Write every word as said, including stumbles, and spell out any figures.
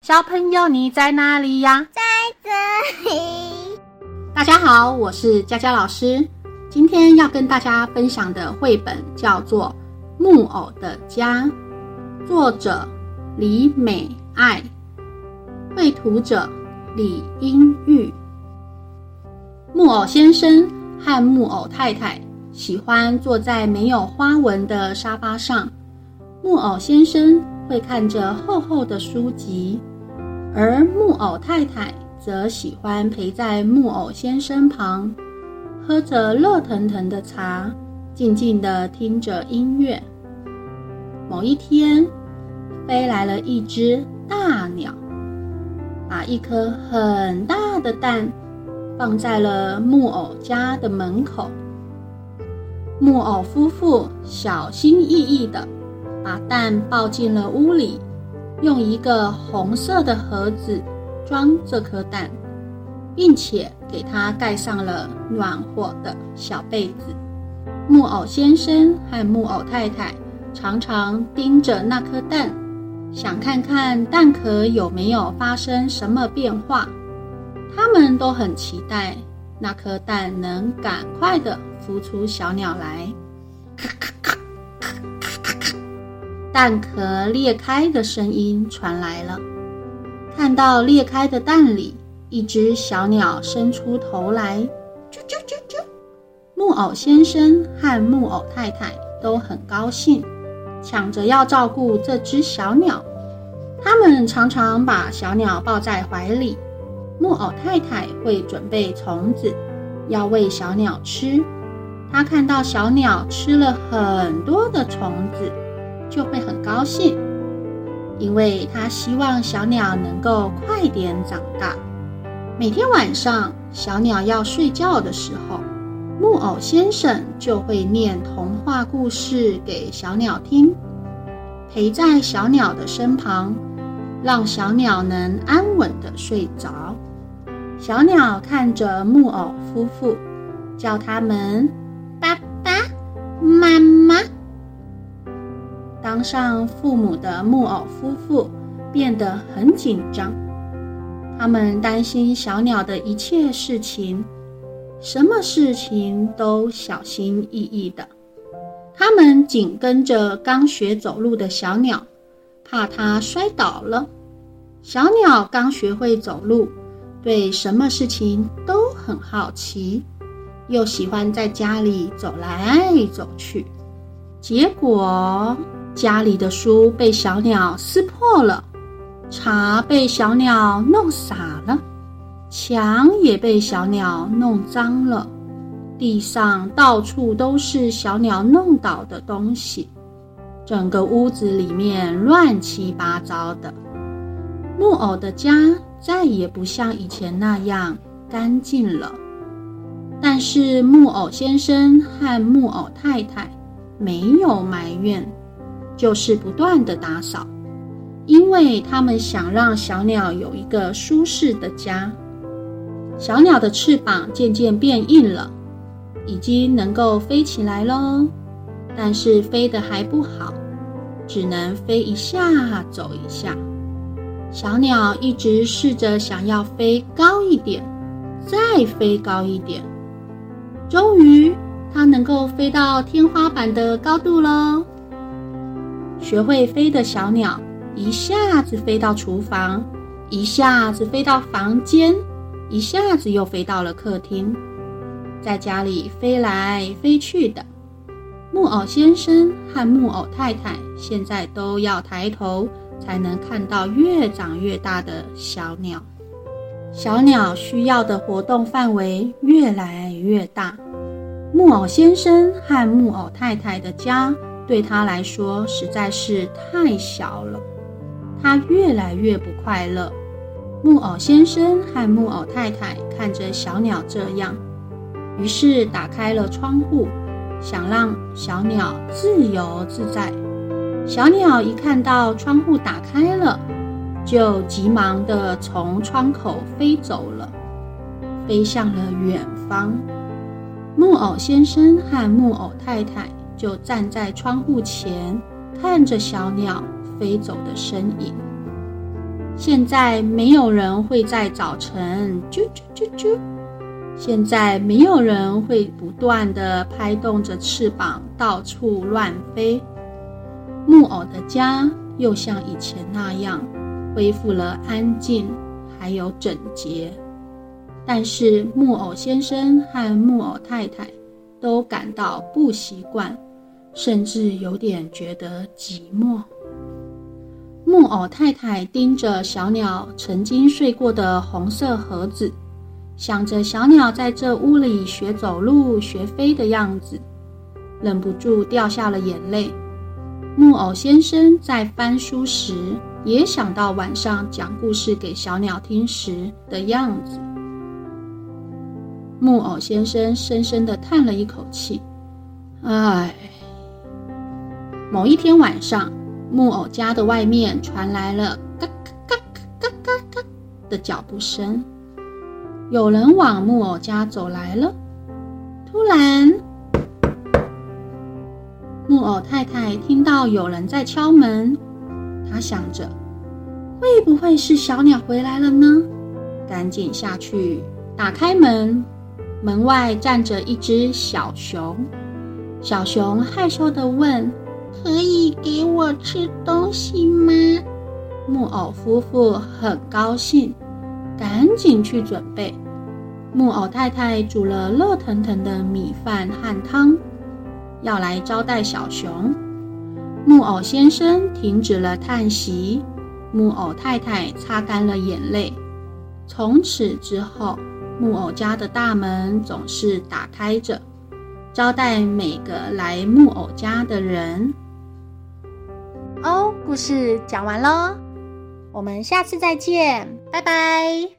小朋友你在哪里呀？ 在这里。 大家好，我是佳佳老师。今天要跟大家分享的绘本叫做《木偶的家》，作者李美爱，绘图者李英玉。木偶先生和木偶太太喜欢坐在没有花纹的沙发上，木偶先生会看着厚厚的书籍，而木偶太太则喜欢陪在木偶先生旁，喝着热腾腾的茶，静静地听着音乐。某一天，飞来了一只大鸟，把一颗很大的蛋放在了木偶家的门口。木偶夫妇小心翼翼地把蛋抱进了屋里，用一个红色的盒子装这颗蛋，并且给它盖上了暖和的小被子。木偶先生和木偶太太常常盯着那颗蛋，想看看蛋壳有没有发生什么变化。他们都很期待那颗蛋能赶快地孵出小鸟来。蛋壳裂开的声音传来了，看到裂开的蛋里，一只小鸟伸出头来，啾啾啾啾。木偶先生和木偶太太都很高兴，抢着要照顾这只小鸟。他们常常把小鸟抱在怀里。木偶太太会准备虫子，要喂小鸟吃。她看到小鸟吃了很多的虫子，就会很高兴，因为她希望小鸟能够快点长大。每天晚上，小鸟要睡觉的时候，木偶先生就会念童话故事给小鸟听，陪在小鸟的身旁，让小鸟能安稳地睡着。小鸟看着木偶夫妇，叫他们爸爸、妈妈。当上父母的木偶夫妇变得很紧张，他们担心小鸟的一切事情，什么事情都小心翼翼的。他们紧跟着刚学走路的小鸟，怕它摔倒了。小鸟刚学会走路，对什么事情都很好奇，又喜欢在家里走来走去。结果家里的书被小鸟撕破了，茶被小鸟弄洒了，墙也被小鸟弄脏了，地上到处都是小鸟弄倒的东西，整个屋子里面乱七八糟的。木偶的家再也不像以前那样干净了。但是木偶先生和木偶太太没有埋怨，就是不断地打扫，因为他们想让小鸟有一个舒适的家。小鸟的翅膀渐渐变硬了，已经能够飞起来咯，但是飞得还不好，只能飞一下走一下。小鸟一直试着想要飞高一点，再飞高一点。终于，它能够飞到天花板的高度咯。学会飞的小鸟一下子飞到厨房，一下子飞到房间，一下子又飞到了客厅，在家里飞来飞去的。木偶先生和木偶太太现在都要抬头，才能看到越长越大的小鸟。小鸟需要的活动范围越来越大。木偶先生和木偶太太的家对他来说实在是太小了，他越来越不快乐。木偶先生和木偶太太看着小鸟这样，于是打开了窗户，想让小鸟自由自在。小鸟一看到窗户打开了，就急忙地从窗口飞走了，飞向了远方。木偶先生和木偶太太就站在窗户前，看着小鸟飞走的身影。 现在没有人会在早晨啾啾啾啾，现在没有人会不断地拍动着翅膀到处乱飞。木偶的家又像以前那样恢复了安静还有整洁，但是木偶先生和木偶太太都感到不习惯，甚至有点觉得寂寞。木偶太太盯着小鸟曾经睡过的红色盒子，想着小鸟在这屋里学走路学飞的样子，忍不住掉下了眼泪。木偶先生在翻书时也想到晚上讲故事给小鸟听时的样子。木偶先生深深地叹了一口气，唉。某一天晚上，木偶家的外面传来了嘎嘎嘎嘎嘎嘎的脚步声，有人往木偶家走来了。突然，木偶太太听到有人在敲门，她想着，会不会是小鸟回来了呢？赶紧下去打开门，门外站着一只小熊。小熊害羞地问， 可以给我吃东西吗？ 木偶夫妇很高兴，赶紧去准备。木偶太太煮了热腾腾的米饭和汤，要来招待小熊。木偶先生停止了叹息，木偶太太擦干了眼泪。从此之后，木偶家的大门总是打开着，招待每个来木偶家的人。哦，故事讲完咯，我们下次再见，拜拜。